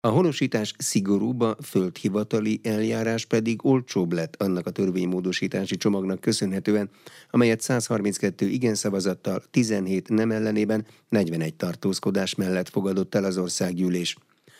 A honosítás szigorúbb, a földhivatali eljárás pedig olcsóbb lett annak a törvénymódosítási csomagnak köszönhetően, amelyet 132 igen szavazattal, 17 nem ellenében, 41 tartózkodás mellett fogadott el az országgyűlés.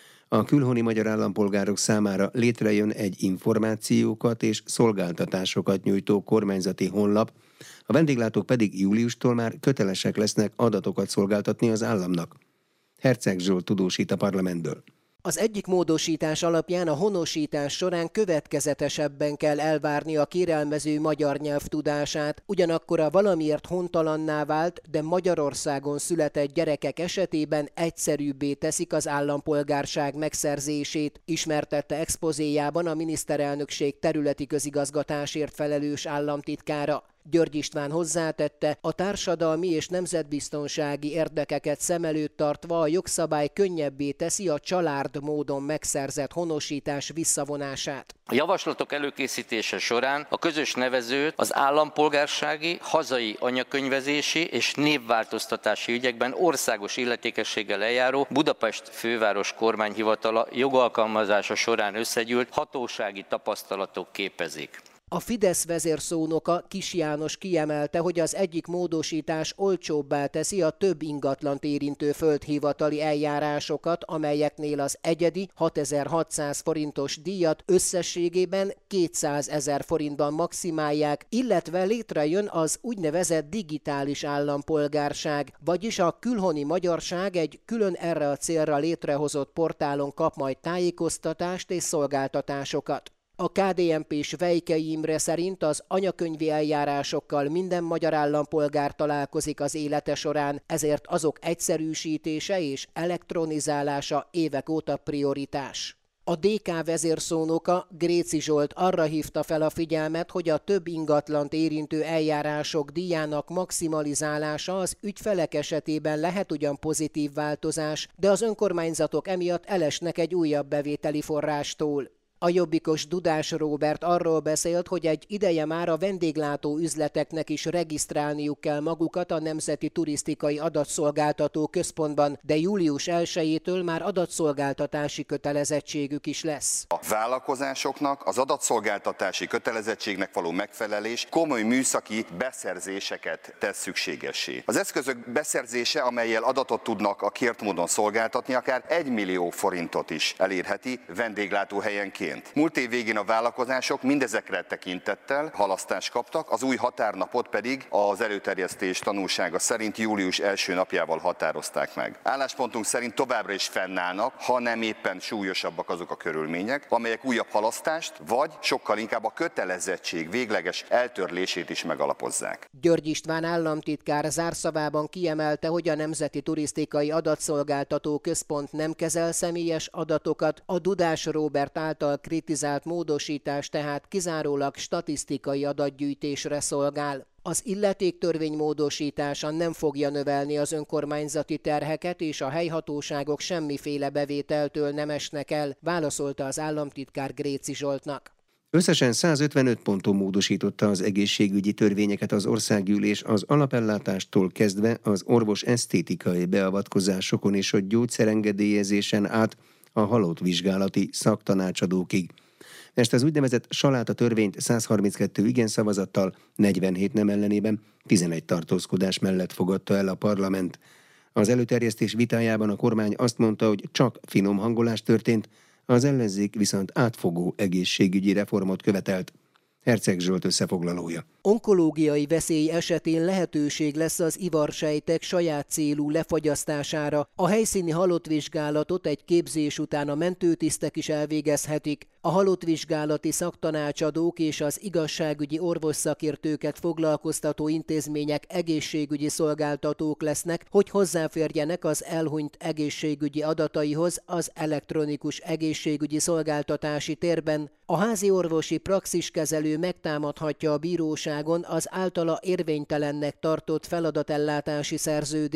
A külhoni magyar állampolgárok számára létrejön egy információkat és szolgáltatásokat nyújtó kormányzati honlap, a vendéglátók pedig júliustól már kötelesek lesznek adatokat szolgáltatni az államnak. Herceg Zsolt tudósít a parlamentből. Az egyik módosítás alapján a honosítás során következetesebben kell elvárni a kérelmező magyar nyelv tudását, ugyanakkor a valamiért hontalanná vált, de Magyarországon született gyerekek esetében egyszerűbbé teszik az állampolgárság megszerzését, ismertette expozéjában a miniszterelnökség területi közigazgatásért felelős államtitkára. György István hozzátette, a társadalmi és nemzetbiztonsági érdekeket szem előtt tartva a jogszabály könnyebbé teszi a család módon megszerzett honosítás visszavonását. A javaslatok előkészítése során a közös nevezőt az állampolgársági, hazai anyakönyvezési és névváltoztatási ügyekben országos illetékességgel eljáró Budapest főváros kormányhivatala jogalkalmazása során összegyűlt hatósági tapasztalatok képezik. A Fidesz vezérszónoka Kis János kiemelte, hogy az egyik módosítás olcsóbbá teszi a több ingatlant érintő földhivatali eljárásokat, amelyeknél az egyedi 6600 forintos díjat összességében 200 000 forintban maximálják, illetve létrejön az úgynevezett digitális állampolgárság, vagyis a külhoni magyarság egy külön erre a célra létrehozott portálon kap majd tájékoztatást és szolgáltatásokat. A KDNP-s Vejkei Imre szerint az anyakönyvi eljárásokkal minden magyar állampolgár találkozik az élete során, ezért azok egyszerűsítése és elektronizálása évek óta prioritás. A DK vezérszónoka Gréci Zsolt arra hívta fel a figyelmet, hogy a több ingatlant érintő eljárások díjának maximalizálása az ügyfelek esetében lehet ugyan pozitív változás, de az önkormányzatok emiatt elesnek egy újabb bevételi forrástól. A jobbikos Dudás Róbert arról beszélt, hogy egy ideje már a vendéglátó üzleteknek is regisztrálniuk kell magukat a Nemzeti Turisztikai Adatszolgáltató Központban, de július 1-től már adatszolgáltatási kötelezettségük is lesz. A vállalkozásoknak az adatszolgáltatási kötelezettségnek való megfelelés komoly műszaki beszerzéseket tesz szükségessé. Az eszközök beszerzése, amellyel adatot tudnak a kért módon szolgáltatni, akár 1 millió forintot is elérheti vendéglátóhelyenként. Múlt év végén a vállalkozások mindezekre tekintettel halasztást kaptak, az új határnapot pedig az előterjesztés tanulsága szerint július 1. napjával határozták meg. Álláspontunk szerint továbbra is fennállnak, ha nem éppen súlyosabbak azok a körülmények, amelyek újabb halasztást, vagy sokkal inkább a kötelezettség végleges eltörlését is megalapozzák. György István államtitkár zárszavában kiemelte, hogy a Nemzeti Turisztikai Adatszolgáltató Központ nem kezel személyes adatokat, a Dudás Róbert által kritizált módosítás tehát kizárólag statisztikai adatgyűjtésre szolgál. Az illetéktörvény módosítása nem fogja növelni az önkormányzati terheket, és a helyhatóságok semmiféle bevételtől nem esnek el, válaszolta az államtitkár Gréci Zsoltnak. Összesen 155 ponton módosította az egészségügyi törvényeket az országgyűlés az alapellátástól kezdve az orvos esztétikai beavatkozásokon és a gyógyszerengedélyezésen át a halottvizsgálati szaktanácsadókig. Ezt az úgynevezett saláta törvényt 132 igen szavazattal, 47 nem ellenében, 11 tartózkodás mellett fogadta el a parlament. Az előterjesztés vitájában a kormány azt mondta, hogy csak finom hangolás történt, az ellenzék viszont átfogó egészségügyi reformot követelt. Herceg Zsolt összefoglalója. Onkológiai veszély esetén lehetőség lesz az ivarsejtek saját célú lefagyasztására. A helyszíni halottvizsgálatot egy képzés után a mentőtisztek is elvégezhetik. A halottvizsgálati szaktanácsadók és az igazságügyi orvosszakértőket foglalkoztató intézmények egészségügyi szolgáltatók lesznek, hogy hozzáférjenek az elhunyt egészségügyi adataihoz az elektronikus egészségügyi szolgáltatási térben. A házi orvosi praxiskezelő megtámadhatja a bíróságon az általa érvénytelennek tartott feladatellátási szerződést.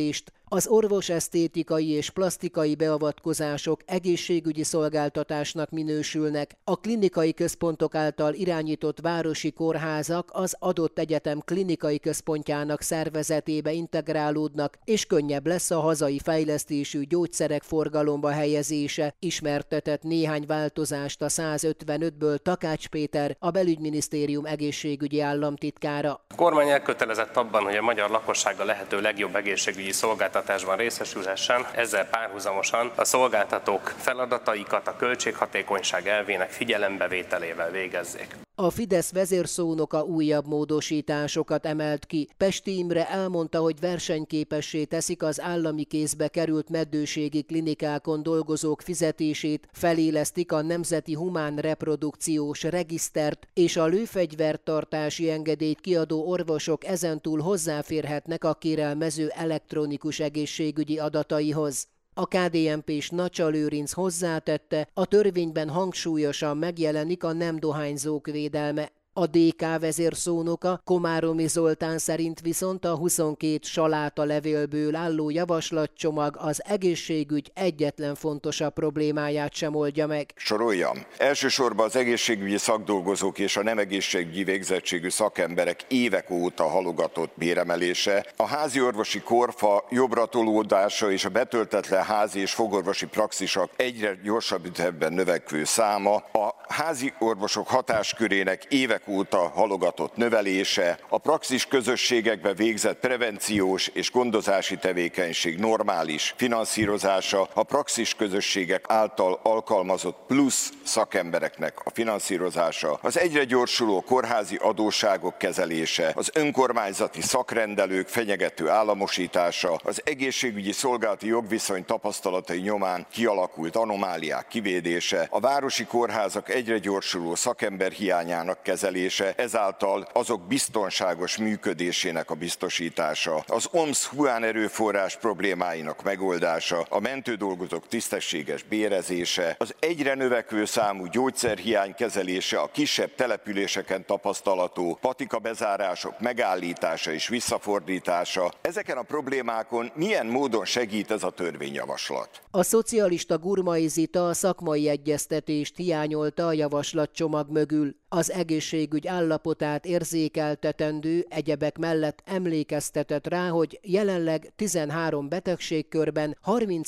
Az orvosesztétikai és plasztikai beavatkozások egészségügyi szolgáltatásnak minősülnek. A klinikai központok által irányított városi kórházak az adott egyetem klinikai központjának szervezetébe integrálódnak, és könnyebb lesz a hazai fejlesztésű gyógyszerek forgalomba helyezése, ismertetett néhány változást a 155-ből Takács Péter, a Belügyminisztérium egészségügyi államtitkára. A kormány elkötelezett abban, hogy a magyar lakosság a lehető legjobb egészségügyi szolgáltatásban részesülhessen, ezzel párhuzamosan a szolgáltatók feladataikat a költséghatékonyság elvének figyelembevételével végezzék. A Fidesz vezérszónoka újabb módosításokat emelt ki. Pesti Imre elmondta, hogy versenyképessé teszik az állami kézbe került meddőségi klinikákon dolgozók fizetését, felélesztik a Nemzeti Humán Reprodukciós Regisztert, és a lőfegyvertartási engedélyt kiadó orvosok ezentúl hozzáférhetnek a kérelmező elektronikus egészségügyi adataihoz. A KDNP-s Nacsa Lőrinc hozzátette, a törvényben hangsúlyosan megjelenik a nem dohányzók védelme. A DK vezérszónoka Komáromi Zoltán szerint viszont a 22 salátalevélből álló javaslatcsomag az egészségügy egyetlen fontosabb problémáját sem oldja meg. Soroljam. Elsősorban az egészségügyi szakdolgozók és a nem egészségügyi végzettségű szakemberek évek óta halogatott béremelése, a házi orvosi korfa jobbra tolódása és a betöltetlen házi és fogorvosi praxisok egyre gyorsabb ütemben növekvő száma, a házi orvosok hatáskörének évek óta halogatott növelése, a praxis közösségekbe végzett prevenciós és gondozási tevékenység normális finanszírozása, a praxis közösségek által alkalmazott plusz szakembereknek a finanszírozása, az egyre gyorsuló kórházi adósságok kezelése, az önkormányzati szakrendelők fenyegető államosítása, az egészségügyi szolgálati jogviszony tapasztalatai nyomán kialakult anomáliák kivédése, a városi kórházak egyre gyorsuló szakember hiányának kezelése, ezáltal azok biztonságos működésének a biztosítása, az OMSZ humánerőforrás problémáinak megoldása, a mentődolgozók tisztességes bérezése, az egyre növekvő számú gyógyszerhiány kezelése, a kisebb településeken tapasztalható patikabezárások megállítása és visszafordítása. Ezeken a problémákon milyen módon segít ez a törvényjavaslat? A szocialista Gurmai Zita a szakmai egyeztetést hiányolta a javaslatcsomag mögül. Az egészségügy állapotát érzékeltetendő egyebek mellett emlékeztetett rá, hogy jelenleg 13 betegségkörben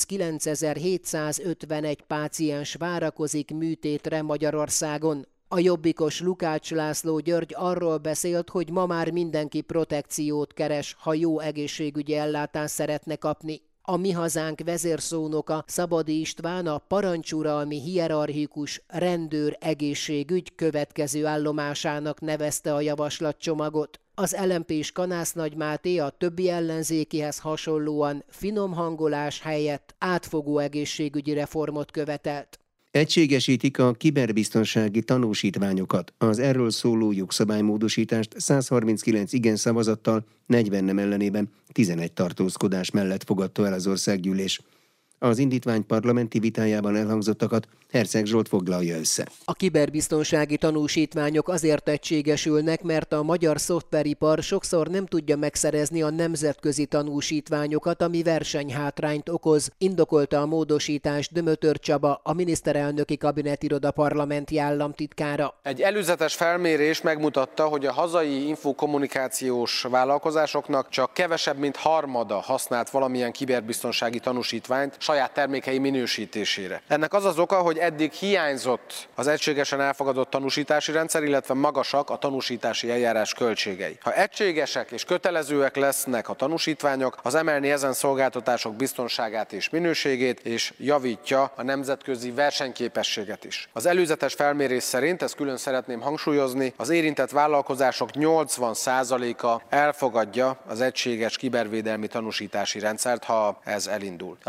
39.751 páciens várakozik műtétre Magyarországon. A jobbikos Lukács László György arról beszélt, hogy ma már mindenki protekciót keres, ha jó egészségügyi ellátást szeretne kapni. A Mi Hazánk vezérszónoka Szabadi István a parancsuralmi hierarchikus rendőr egészségügy következő állomásának nevezte a javaslatcsomagot. Az LMP-s Kanász Nagy Máté a többi ellenzékihez hasonlóan finom hangolás helyett átfogó egészségügyi reformot követelt. Egységesítik a kiberbiztonsági tanúsítványokat. Az erről szóló jogszabálymódosítást 139 igen szavazattal, 40 nem ellenében 11 tartózkodás mellett fogadta el az országgyűlés. Az indítvány parlamenti vitájában elhangzottakat Herceg Zsolt foglalja össze. A kiberbiztonsági tanúsítványok azért egységesülnek, mert a magyar szoftveripar sokszor nem tudja megszerezni a nemzetközi tanúsítványokat, ami versenyhátrányt okoz, indokolta a módosítást Dömötör Csaba, a miniszterelnöki kabinetiroda parlamenti államtitkára. Egy előzetes felmérés megmutatta, hogy a hazai infokommunikációs vállalkozásoknak csak kevesebb, mint harmada használt valamilyen kiberbiztonsági tanúsítványt saját termékei minősítésére. Ennek az az oka, hogy eddig hiányzott az egységesen elfogadott tanúsítási rendszer, illetve magasak a tanúsítási eljárás költségei. Ha egységesek és kötelezőek lesznek a tanúsítványok, az emelni ezen szolgáltatások biztonságát és minőségét, és javítja a nemzetközi versenyképességet is. Az előzetes felmérés szerint, ezt külön szeretném hangsúlyozni, az érintett vállalkozások 80%-a elfogadja az egységes kibervédelmi tanúsítási rendszert, ha ez elindul. A törvényjavaslat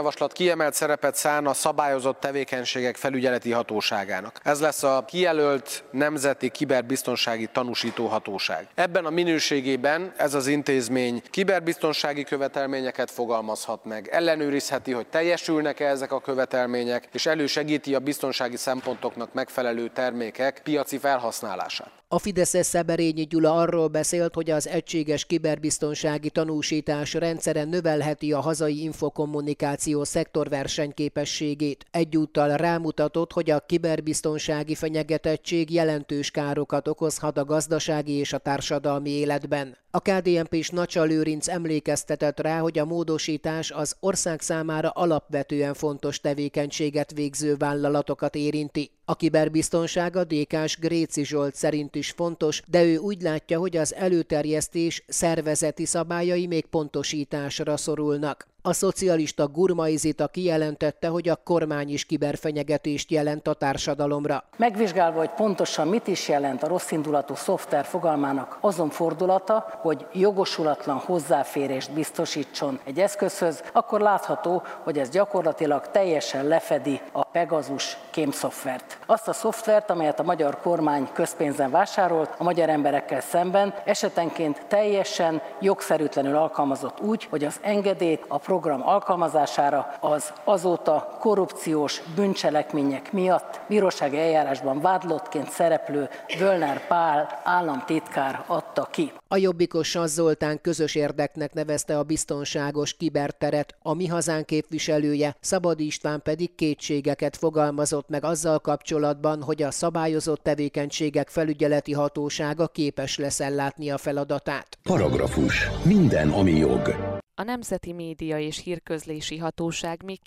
törvényjavaslat kiemelt szerepet szán a szabályozott tevékenységek felügyeleti hatóságának. Ez lesz a kijelölt Nemzeti Kiberbiztonsági Tanúsító Hatóság. Ebben a minőségében ez az intézmény kiberbiztonsági követelményeket fogalmazhat meg, ellenőrizheti, hogy teljesülnek-e ezek a követelmények, és elősegíti a biztonsági szempontoknak megfelelő termékek piaci felhasználását. A Fideszes Szeberényi Gyula arról beszélt, hogy az egységes kiberbiztonsági tanúsítás rendszere növelheti a hazai infokommunikáció szektor versenyképességét. Egyúttal rámutatott, hogy a kiberbiztonsági fenyegetettség jelentős károkat okozhat a gazdasági és a társadalmi életben. A KDNP-s Nacsa Lőrinc emlékeztetett rá, hogy a módosítás az ország számára alapvetően fontos tevékenységet végző vállalatokat érinti. A kiberbiztonság a DK-s Gréci Zsolt szerint is fontos, de ő úgy látja, hogy az előterjesztés szervezeti szabályai még pontosításra szorulnak. A szocialista Gurmai Zita kijelentette, hogy a kormány is kiberfenyegetést jelent a társadalomra. Megvizsgálva, hogy pontosan mit is jelent a rosszindulatú szoftver fogalmának azon fordulata, hogy jogosulatlan hozzáférést biztosítson egy eszközhöz, akkor látható, hogy ez gyakorlatilag teljesen lefedi a Pegasus kémszoftvert. Azt a szoftvert, amelyet a magyar kormány közpénzen vásárolt, a magyar emberekkel szemben esetenként teljesen jogszerűtlenül alkalmazott úgy, hogy az engedélyt a program alkalmazására az azóta korrupciós bűncselekmények miatt bírósági eljárásban vádlottként szereplő Völner Pál államtitkár adta ki. A jobbikos Sasz Zoltán közös érdeknek nevezte a biztonságos kiberteret, a Mi Hazánk képviselője, Szabad István pedig kétségeket fogalmazott meg azzal kapcsolatban, hogy a szabályozott tevékenységek felügyeleti hatósága képes lesz ellátni a feladatát. Paragrafus. Minden, ami jog. A Nemzeti Média és Hírközlési Hatóság még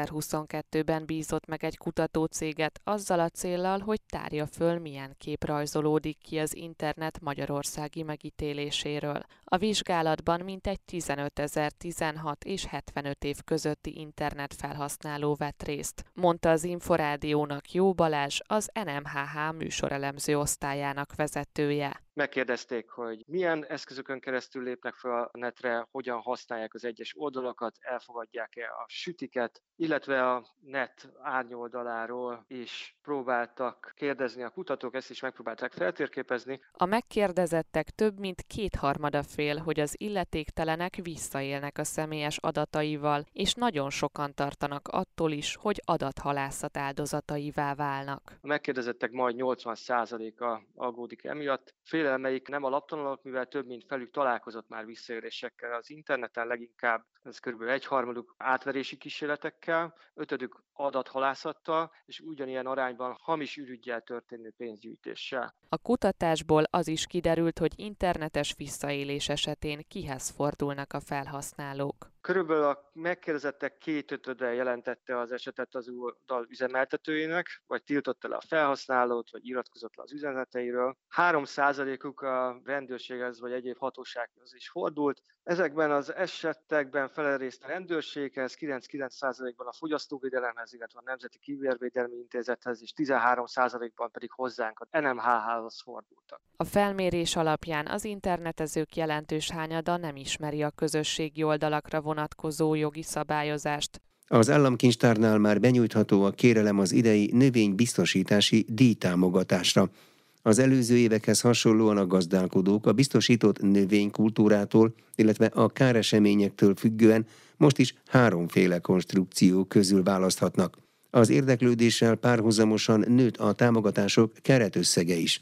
2022-ben bízott meg egy kutatócéget azzal a céllal, hogy tárja föl, milyen kép rajzolódik ki az internet magyarországi megítéléséről. A vizsgálatban mintegy 15 16 és 75 év közötti internet felhasználó vett részt, mondta az Inforádiónak Jó Balázs, az NMHH műsorelemző osztályának vezetője. Megkérdezték, hogy milyen eszközökön keresztül lépnek fel a netre, hogyan használják az egyes oldalakat, elfogadják-e a sütiket, illetve a net árnyoldaláról is próbáltak kérdezni a kutatók, ezt is megpróbálták feltérképezni. A megkérdezettek több mint kétharmada fél, hogy az illetéktelenek visszaélnek a személyes adataival, és nagyon sokan tartanak attól is, hogy adathalászat áldozataivá válnak. A megkérdezettek majd 80%-a aggódik emiatt. Félelmeik nem alaptalanok, mivel több mint felük találkozott már visszaélésekkel az interneten, leginkább ez kb. 1/3 átverési kísérletekkel, 5. adathalászattal, és ugyanilyen arányban hamis ürüggyel történő pénzgyűjtéssel. A kutatásból az is kiderült, hogy internetes visszaélés esetén kihez fordulnak a felhasználók. Körülbelül a megkérdezettek 2/5 jelentette az esetet az oldal üzemeltetőjének, vagy tiltotta le a felhasználót, vagy iratkozott le az üzeneteiről. 3%-uk a rendőrséghez vagy egyéb hatósághoz is fordult. Ezekben az esetekben felel részt a rendőrséghez, 99%-ban a fogyasztóvédelemhez, illetve a Nemzeti Kibervédelmi Intézethez, és 13%-ban pedig hozzánk a NMHH-hoz fordultak. A felmérés alapján az internetezők jelentős hányada nem ismeri a közösségi oldalakra vonatkozó jogi szabályozást. Az államkincstárnál már benyújtható a kérelem az idei növénybiztosítási díjtámogatásra. Az előző évekhez hasonlóan a gazdálkodók a biztosított növénykultúrától, illetve a káreseményektől függően most is 3 konstrukció közül választhatnak. Az érdeklődéssel párhuzamosan nőtt a támogatások keretösszege is.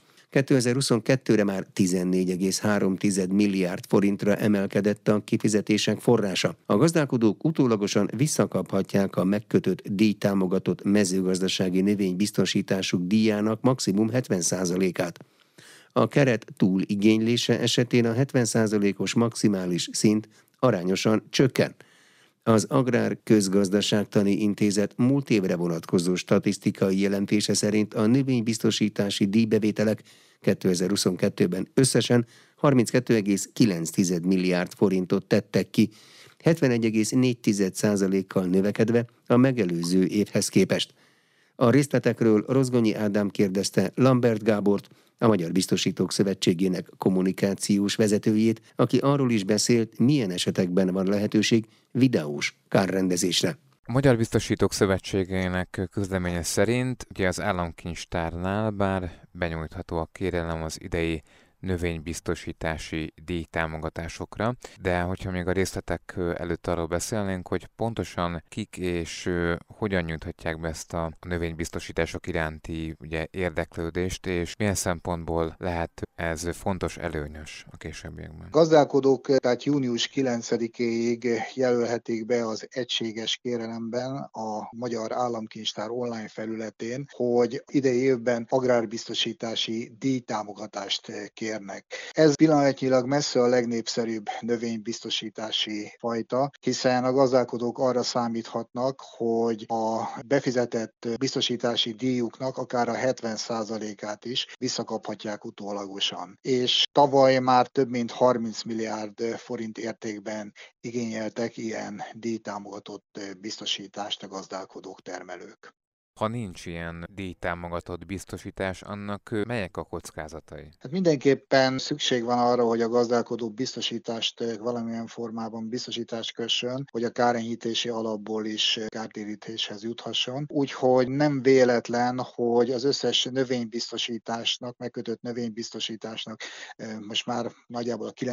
2022-re már 14,3 milliárd forintra emelkedett a kifizetések forrása. A gazdálkodók utólagosan visszakaphatják a megkötött díjtámogatott mezőgazdasági növénybiztosításuk díjának maximum 70%-át. A keret túligénylése esetén a 70%-os maximális szint arányosan csökken. Az Agrár Közgazdaságtani Intézet múlt évre vonatkozó statisztikai jelentése szerint a növénybiztosítási díjbevételek 2022-ben összesen 32,9 milliárd forintot tettek ki, 71,4%-kal növekedve a megelőző évhez képest. A részletekről Rozgonyi Ádám kérdezte Lambert Gábort, a Magyar Biztosítók Szövetségének kommunikációs vezetőjét, aki arról is beszélt, milyen esetekben van lehetőség videós kárrendezésre. A Magyar Biztosítók Szövetségének közleménye szerint ugye az államkincstárnál bár benyújtható a kérelem az idei növénybiztosítási díjtámogatásokra, de hogyha még a részletek előtt arról beszélnénk, hogy pontosan kik és hogyan nyújthatják be ezt a növénybiztosítások iránti ugye, érdeklődést, és milyen szempontból lehet ez fontos, előnyös a későbbiekben. Gazdálkodók tehát június 9-éig jelölhetik be az egységes kérelemben a Magyar Államkincstár online felületén, hogy idei évben agrárbiztosítási díjtámogatást kérnek. Ez pillanatnyilag messze a legnépszerűbb növénybiztosítási fajta, hiszen a gazdálkodók arra számíthatnak, hogy a befizetett biztosítási díjuknak akár a 70%-át is visszakaphatják utólagosan. És tavaly már több mint 30 milliárd forint értékben igényeltek ilyen díjtámogatott biztosítást a gazdálkodók, termelők. Ha nincs ilyen díjtámogatott biztosítás, annak melyek a kockázatai? Hát mindenképpen szükség van arra, hogy a gazdálkodó biztosítást valamilyen formában biztosítást kössön, hogy a kárenyhítési alapból is kártérítéshez juthasson. Úgyhogy nem véletlen, hogy az összes növénybiztosításnak, megkötött növénybiztosításnak most már nagyjából a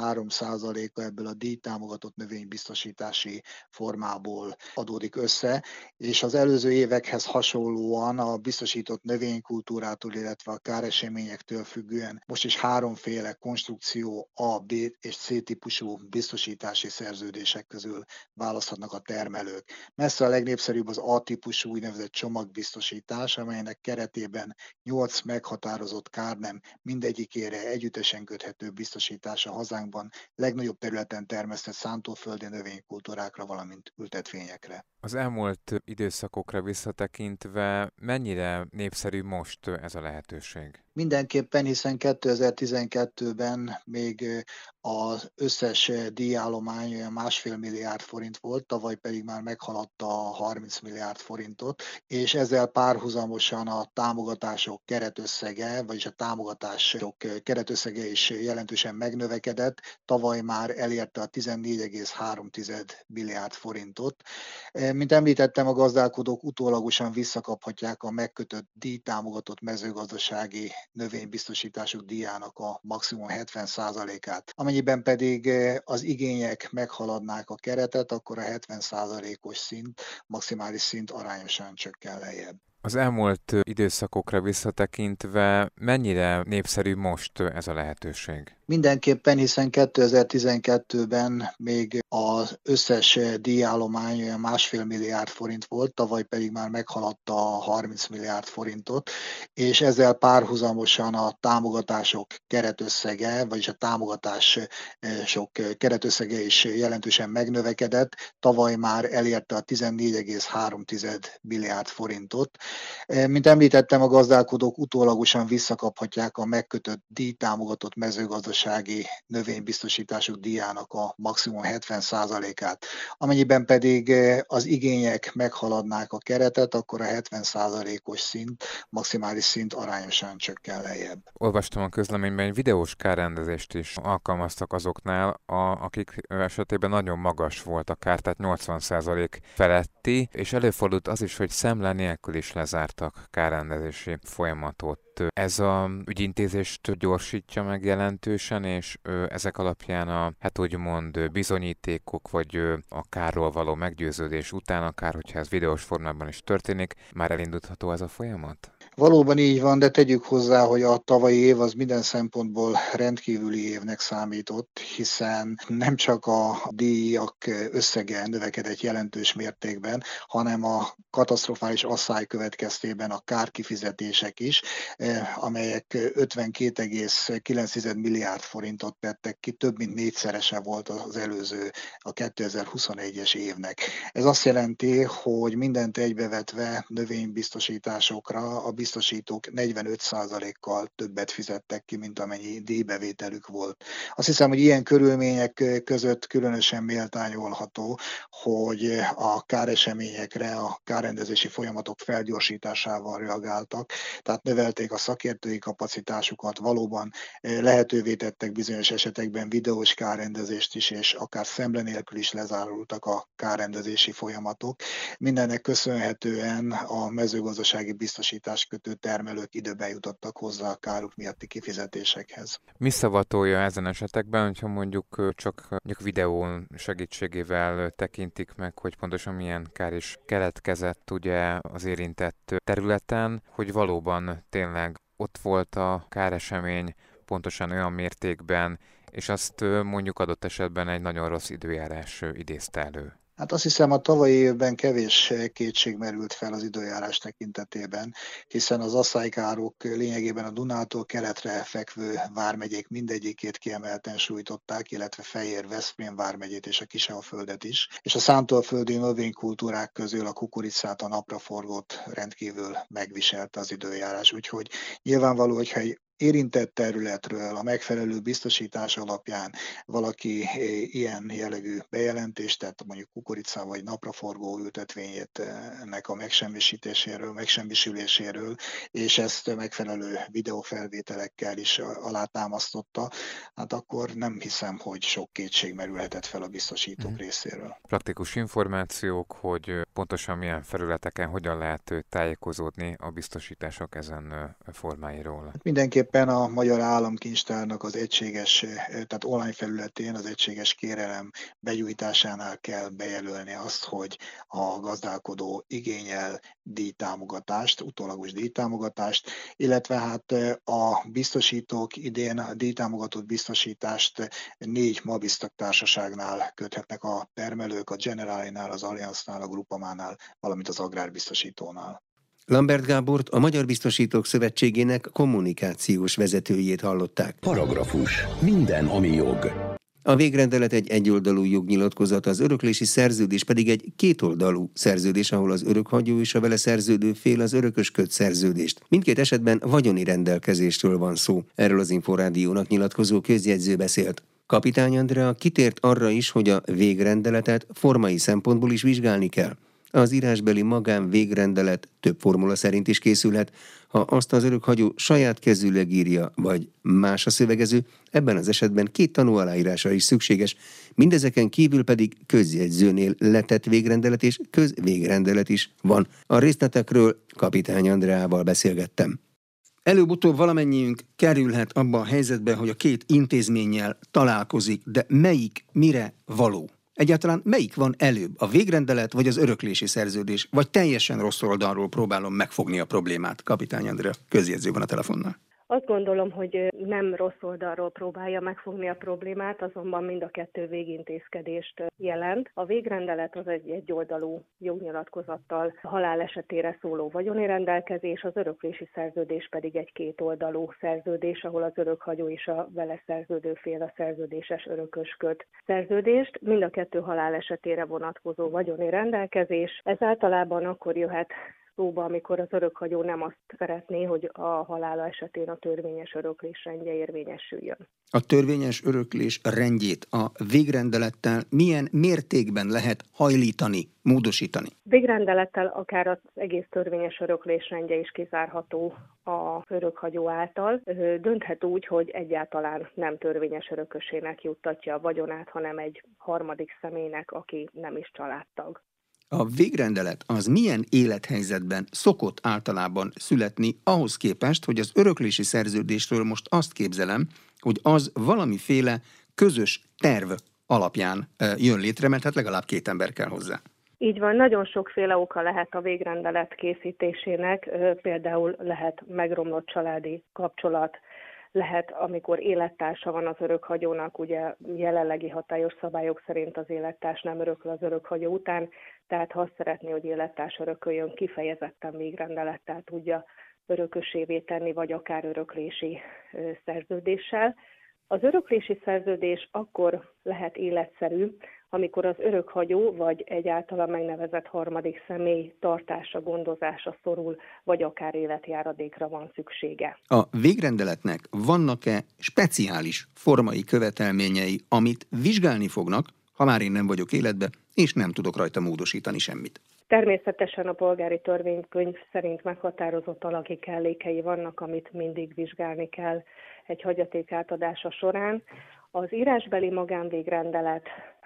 93%-a ebből a díjtámogatott növénybiztosítási formából adódik össze, és az előző évekhez hasonlóan a biztosított növénykultúrától, illetve a káreseményektől függően most is háromféle konstrukció A, B és C típusú biztosítási szerződések közül választhatnak a termelők. Messze a legnépszerűbb az A típusú úgynevezett csomagbiztosítás, amelynek keretében 8 meghatározott kárnem mindegyikére együttesen köthető biztosítás a hazánkban legnagyobb területen termesztett szántóföldi növénykultúrákra, valamint ültetvényekre. Az elmúlt időszakokra visszatekintve mennyire népszerű most ez a lehetőség? Mindenképpen, hiszen 2012-ben még az összes díjállomány olyan 1,5 milliárd forint volt, tavaly pedig már meghaladta a 30 milliárd forintot, és ezzel párhuzamosan a támogatások keretösszege, vagyis a támogatások keretösszege is jelentősen megnövekedett, tavaly már elérte a 14,3 milliárd forintot. Mint említettem, a gazdálkodók utólagosan visszakaphatják a megkötött díjtámogatott mezőgazdasági növénybiztosítások díjának a maximum 70%-át. Amennyiben pedig az igények meghaladnák a keretet, akkor a 70%-os szint, maximális szint arányosan csökken lejjebb. Az elmúlt időszakokra visszatekintve mennyire népszerű most ez a lehetőség? Mindenképpen, hiszen 2012-ben még az összes díjállomány olyan 1,5 milliárd forint volt, tavaly pedig már meghaladta a 30 milliárd forintot, és ezzel párhuzamosan a támogatások keretösszege, vagyis a támogatások keretösszege is jelentősen megnövekedett, tavaly már elérte a 14,3 milliárd forintot. Mint említettem, a gazdálkodók utólagosan visszakaphatják a megkötött díjtámogatott mezőgazdasági növénybiztosítások díjának a maximum 70%-át. Amennyiben pedig az igények meghaladnák a keretet, akkor a 70%-os szint, maximális szint arányosan csökken lejjebb. Olvastam a közleményben, hogy videós kárrendezést is alkalmaztak azoknál, akik esetében nagyon magas volt a kár, tehát 80% feletti, és előfordult az is, hogy szemle nélkül is lezártak kárrendezési folyamatot. Ez a ügyintézést gyorsítja meg jelentősen, és ezek alapján úgymond bizonyítékok, vagy a kárról való meggyőződés után, akár hogyha ez videós formában is történik, már elindulható ez a folyamat? Valóban így van, de tegyük hozzá, hogy a tavalyi év az minden szempontból rendkívüli évnek számított, hiszen nem csak a díjak összege növekedett jelentős mértékben, hanem a katasztrofális asszály következtében a kárkifizetések is, amelyek 52,9 milliárd forintot tettek ki, több mint 4-szerese volt az előző, a 2021-es évnek. Ez azt jelenti, hogy mindent egybevetve növénybiztosításokra a biztosítás biztosítók 45%-kal többet fizettek ki, mint amennyi díjbevételük volt. Azt hiszem, hogy ilyen körülmények között különösen méltányolható, hogy a káreseményekre a kárrendezési folyamatok felgyorsításával reagáltak, tehát növelték a szakértői kapacitásukat, valóban lehetővé tettek bizonyos esetekben videós kárrendezést is, és akár szemle nélkül is lezárultak a kárrendezési folyamatok. Mindennek köszönhetően a mezőgazdasági biztosításkötő termelők időben jutottak hozzá a káruk miatti kifizetésekhez. Mi szavatolja ezen esetekben, hogyha mondjuk csak videón segítségével tekintik meg, hogy pontosan milyen kár is keletkezett ugye az érintett területen, hogy valóban tényleg ott volt a káresemény pontosan olyan mértékben, és azt mondjuk adott esetben egy nagyon rossz időjárás idézte elő. Hát azt hiszem, a tavalyi évben kevés kétség merült fel az időjárás tekintetében, hiszen az asszálykárok lényegében a Dunától keletre fekvő vármegyék mindegyikét kiemelten sújtották, illetve Fejér-Veszprém vármegyét és a Kisalföldet is. És a szántóföldi növénykultúrák közül a kukoricát, a napraforgót rendkívül megviselte az időjárás. Úgyhogy nyilvánvaló, hogyha egy érintett területről a megfelelő biztosítás alapján valaki ilyen jellegű bejelentést, tehát mondjuk kukorica vagy napraforgó ültetvényének a megsemmisüléséről, és ezt megfelelő videófelvételekkel is alátámasztotta, hát akkor nem hiszem, hogy sok kétség merülhetett fel a biztosítók részéről. Praktikus információk, hogy pontosan milyen felületeken hogyan lehet tájékozódni a biztosítások ezen formáiról. Mindenképpen a Magyar Államkincstárnak az egységes, tehát online felületén az egységes kérelem begyújtásánál kell bejelölni azt, hogy a gazdálkodó igényel díjtámogatást, utólagos díjtámogatást, illetve hát a biztosítók idén a díjtámogatott biztosítást 4 Mabiztag társaságnál köthetnek a termelők, a Generalinál, az Allianznál, a Grupamánál, valamint az Agrárbiztosítónál. Lambert Gábort, a Magyar Biztosítók Szövetségének kommunikációs vezetőjét hallották. Paragrafus. Minden, ami jog. A végrendelet egy egyoldalú jognyilatkozat, az öröklési szerződés pedig egy kétoldalú szerződés, ahol az örökhagyó és a vele szerződő fél az örökös köt szerződést. Mindkét esetben vagyoni rendelkezésről van szó. Erről az Inforádiónak nyilatkozó közjegyző beszélt. Kapitány Andrea kitért arra is, hogy a végrendeletet formai szempontból is vizsgálni kell. Az írásbeli magánvégrendelet több formula szerint is készülhet, ha azt az örökhagyó saját kezűleg írja, vagy más a szövegező, ebben az esetben 2 tanú aláírása is szükséges, mindezeken kívül pedig közjegyzőnél letett végrendelet és közvégrendelet is van. A részletekről Kapitány Andreával beszélgettem. Előbb-utóbb valamennyiünk kerülhet abba a helyzetbe, hogy a 2 intézménnyel találkozik, de melyik mire való? Egyáltalán melyik van előbb, a végrendelet vagy az öröklési szerződés, vagy teljesen rossz oldalról próbálom megfogni a problémát? Kapitány Andrea, közjegyző van a telefonnál. Azt gondolom, hogy nem rossz oldalról próbálja megfogni a problémát, azonban mind a 2 végintézkedést jelent. A végrendelet az egy egyoldalú jognyilatkozattal halál esetére szóló vagyoni rendelkezés, az öröklési szerződés pedig egy kétoldalú szerződés, ahol az örökhagyó és a vele szerződő fél a szerződéses örökös köt szerződést. Mind a 2 halál esetére vonatkozó vagyoni rendelkezés. Ez általában akkor jöhet szóba, amikor az örökhagyó nem azt szeretné, hogy a halála esetén a törvényes öröklés rendje érvényesüljön. A törvényes öröklés rendjét a végrendelettel milyen mértékben lehet hajlítani, módosítani? Végrendelettel akár az egész törvényes öröklés rendje is kizárható az örökhagyó által. Dönthet úgy, hogy egyáltalán nem törvényes örökösének juttatja a vagyonát, hanem egy harmadik személynek, aki nem is családtag. A végrendelet az milyen élethelyzetben szokott általában születni ahhoz képest, hogy az öröklési szerződésről most azt képzelem, hogy az valamiféle közös terv alapján jön létre, mert hát legalább 2 ember kell hozzá. Így van, nagyon sokféle oka lehet a végrendelet készítésének, például lehet megromlott családi kapcsolat, lehet, amikor élettársa van az örökhagyónak, ugye jelenlegi hatályos szabályok szerint az élettárs nem örököl az örökhagyó után, tehát ha azt szeretné, hogy élettárs örököljön, kifejezetten végrendelettel tudja örökösévé tenni, vagy akár öröklési szerződéssel. Az öröklési szerződés akkor lehet életszerű, amikor az örökhagyó vagy egyáltalán megnevezett harmadik személy tartása, gondozása szorul, vagy akár életjáradékra van szüksége. A végrendeletnek vannak-e speciális formai követelményei, amit vizsgálni fognak, ha már én nem vagyok életbe, és nem tudok rajta módosítani semmit? Természetesen a polgári törvénykönyv szerint meghatározott alagi kellékei vannak, amit mindig vizsgálni kell egy hagyaték átadása során. Az írásbeli magánvégrendelet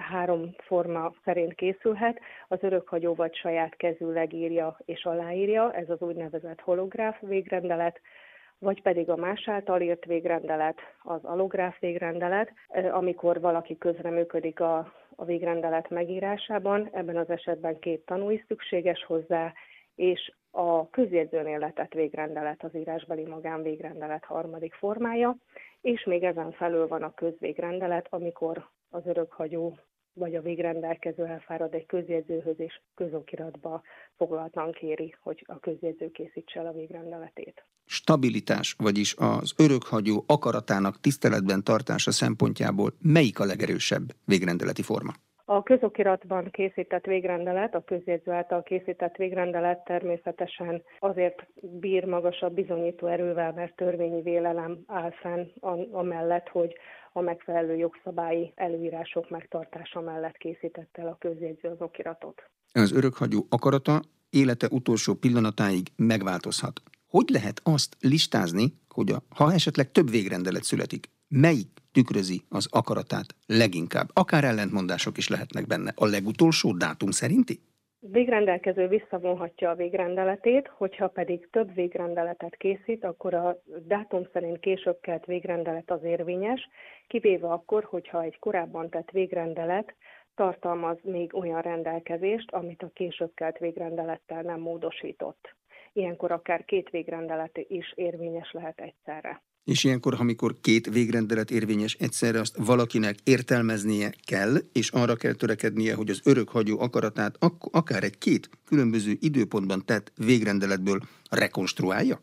3 forma szerint készülhet, az örökhagyó vagy saját kezűleg írja és aláírja, ez az úgynevezett holográf végrendelet, vagy pedig a más által írt végrendelet, az allográf végrendelet, amikor valaki közreműködik a végrendelet megírásában, ebben az esetben 2 tanú is szükséges hozzá, és a közjegyzőnél letett végrendelet, az írásbeli magánvégrendelet harmadik formája, és még ezen felül van a közvégrendelet, amikor az örökhagyó vagy a végrendelkező elfárad egy közjegyzőhöz, és közokiratba foglaltan kéri, hogy a közjegyző készítse el a végrendeletét. Stabilitás, vagyis az örökhagyó akaratának tiszteletben tartása szempontjából melyik a legerősebb végrendeleti forma? A közokiratban készített végrendelet, a közjegyző által készített végrendelet természetesen azért bír magasabb bizonyító erővel, mert törvényi vélelem áll fenn amellett, hogy a megfelelő jogszabályi előírások megtartása mellett készítette el a közjegyző az okiratot. Az örökhagyó akarata élete utolsó pillanatáig megváltozhat. Hogy lehet azt listázni, hogy ha esetleg több végrendelet születik, melyik tükrözi az akaratát leginkább? Akár ellentmondások is lehetnek benne. A legutolsó dátum szerinti? Végrendelkező visszavonhatja a végrendeletét, hogyha pedig több végrendeletet készít, akkor a dátum szerint később kelt végrendelet az érvényes, kivéve akkor, hogyha egy korábban tett végrendelet tartalmaz még olyan rendelkezést, amit a később kelt végrendelettel nem módosított. Ilyenkor akár 2 végrendelet is érvényes lehet egyszerre. És ilyenkor, amikor 2 végrendelet érvényes egyszerre, azt valakinek értelmeznie kell, és arra kell törekednie, hogy az örökhagyó akaratát akár egy 2 különböző időpontban tett végrendeletből rekonstruálja?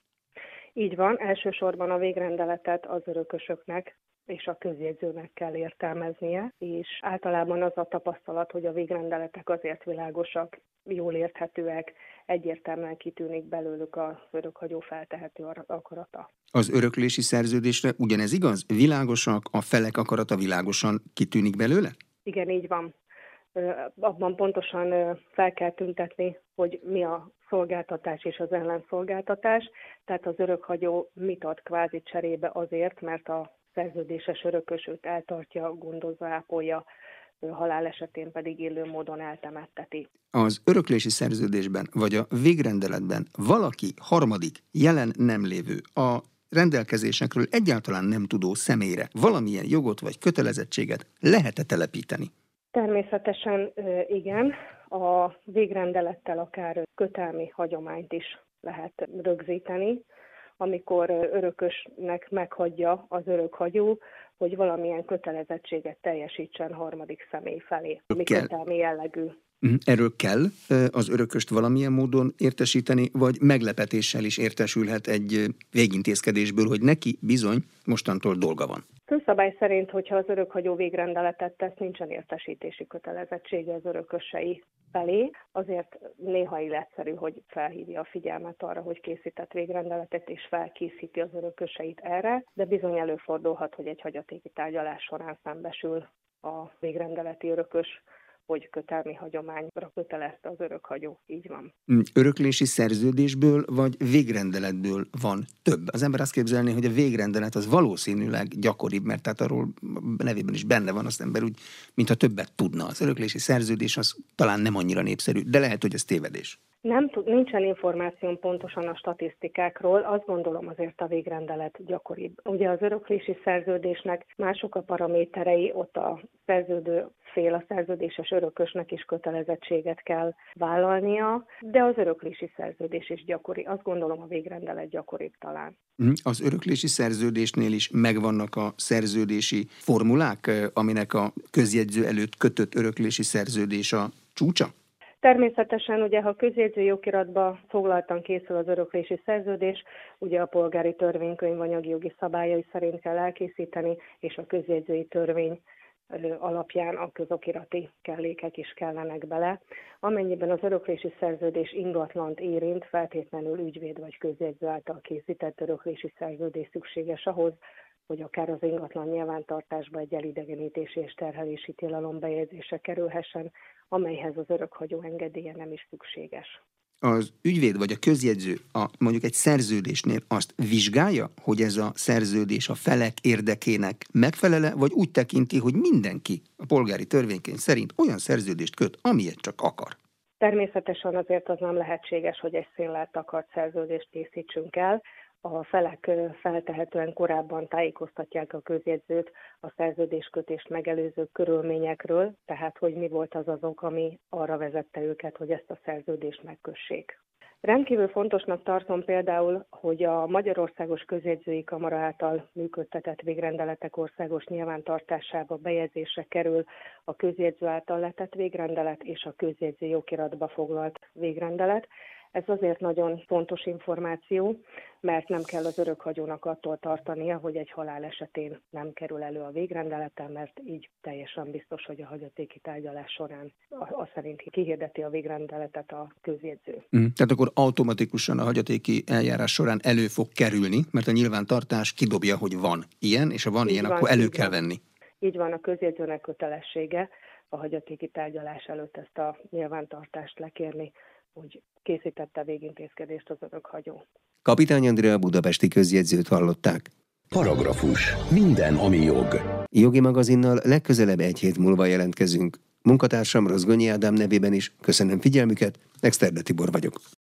Így van, elsősorban a végrendeletet az örökösöknek és a közjegyzőnek kell értelmeznie, és általában az a tapasztalat, hogy a végrendeletek azért világosak, jól érthetőek, egyértelműen kitűnik belőlük az örökhagyó feltehető akarata. Az öröklési szerződésre ugyanez igaz? Világosak, a felek akarata világosan kitűnik belőle? Igen, így van. Abban pontosan fel kell tüntetni, hogy mi a szolgáltatás és az ellenszolgáltatás, tehát az örökhagyó mit ad kvázi cserébe azért, mert a szerződéses örökös őt eltartja, gondozza, ápolja, halál esetén pedig élő módon eltemetteti. Az öröklési szerződésben vagy a végrendeletben valaki harmadik, jelen nem lévő, a rendelkezésekről egyáltalán nem tudó személyre valamilyen jogot vagy kötelezettséget lehet-e telepíteni? Természetesen igen, a végrendelettel akár kötelmi hagyományt is lehet rögzíteni, amikor örökösnek meghagyja az örökhagyó, hogy valamilyen kötelezettséget teljesítsen harmadik személy felé, ami kötelmi jellegű. Erről kell az örököst valamilyen módon értesíteni, vagy meglepetéssel is értesülhet egy végintézkedésből, hogy neki bizony mostantól dolga van? Közszabály szerint, hogyha az örökhagyó végrendeletet tesz, nincsen értesítési kötelezettsége az örökösei felé. Azért néha életszerű, hogy felhívja a figyelmet arra, hogy készített végrendeletet, és felkészíti az örököseit erre, de bizony előfordulhat, hogy egy hagyatéki tárgyalás során szembesül a végrendeleti örökös, hogy kötelmi hagyományra kötelezte az örökhagyó. Így van. Öröklési szerződésből vagy végrendeletből van több. Az ember azt képzelné, hogy a végrendelet az valószínűleg gyakoribb, mert tehát arról nevében is benne van, az ember úgy, mintha többet tudna. Az öröklési szerződés az talán nem annyira népszerű, de lehet, hogy ez tévedés. Nincsen információm pontosan a statisztikákról, azt gondolom azért a végrendelet gyakoribb. Ugye az öröklési szerződésnek mások a paraméterei, ott a szerződő fél, a szerződéses örökösnek is kötelezettséget kell vállalnia, de az öröklési szerződés is gyakori. Azt gondolom a végrendelet gyakoribb talán. Az öröklési szerződésnél is megvannak a szerződési formulák, aminek a közjegyző előtt kötött öröklési szerződés a csúcsa? Természetesen, ugye, ha közjegyzői okiratba foglaltan készül az öröklési szerződés, ugye a polgári törvénykönyv anyagi jogi szabályai szerint kell elkészíteni, és a közjegyzői törvény alapján a közokirati kellékek is kellenek bele. Amennyiben az öröklési szerződés ingatlant érint, feltétlenül ügyvéd vagy közjegyző által készített öröklési szerződés szükséges ahhoz, hogy akár az ingatlan nyilvántartásba egy elidegenítési és terhelési tilalom bejegyzése kerülhessen, amelyhez az örökhagyó engedélye nem is szükséges. Az ügyvéd vagy a közjegyző mondjuk egy szerződésnél azt vizsgálja, hogy ez a szerződés a felek érdekének megfelele, vagy úgy tekinti, hogy mindenki a polgári törvénykönyv szerint olyan szerződést köt, amilyet csak akar? Természetesen azért az nem lehetséges, hogy egy széllel takart szerződést készítsünk el. A felek feltehetően korábban tájékoztatják a közjegyzőt a szerződéskötést megelőző körülményekről, tehát hogy mi volt az ok, ami arra vezette őket, hogy ezt a szerződést megkössék. Rendkívül fontosnak tartom például, hogy a Magyarországos Közjegyzői Kamara által működtetett végrendeletek országos nyilvántartásába bejegyzésre kerül a közjegyző által letett végrendelet és a közjegyző okiratba foglalt végrendelet. Ez azért nagyon fontos információ, mert nem kell az örökhagyónak attól tartania, hogy egy halál esetén nem kerül elő a végrendeleten, mert így teljesen biztos, hogy a hagyatéki tárgyalás során az szerint kihirdeti a végrendeletet a közjegyző. Tehát akkor automatikusan a hagyatéki eljárás során elő fog kerülni, mert a nyilvántartás kidobja, hogy van ilyen, és ha van ilyen, akkor elő kell venni. Így van, a közjegyzőnek kötelessége a hagyatéki tárgyalás előtt ezt a nyilvántartást lekérni, hogy készítette végintézkedést az örökhagyó. Kapitány Andrea budapesti közjegyzőt hallották. Paragrafus. Minden, ami jog. Jogi magazinnal legközelebb egy hét múlva jelentkezünk. Munkatársam Rozgonyi Ádám nevében is köszönöm figyelmüket, Exterde Tibor vagyok.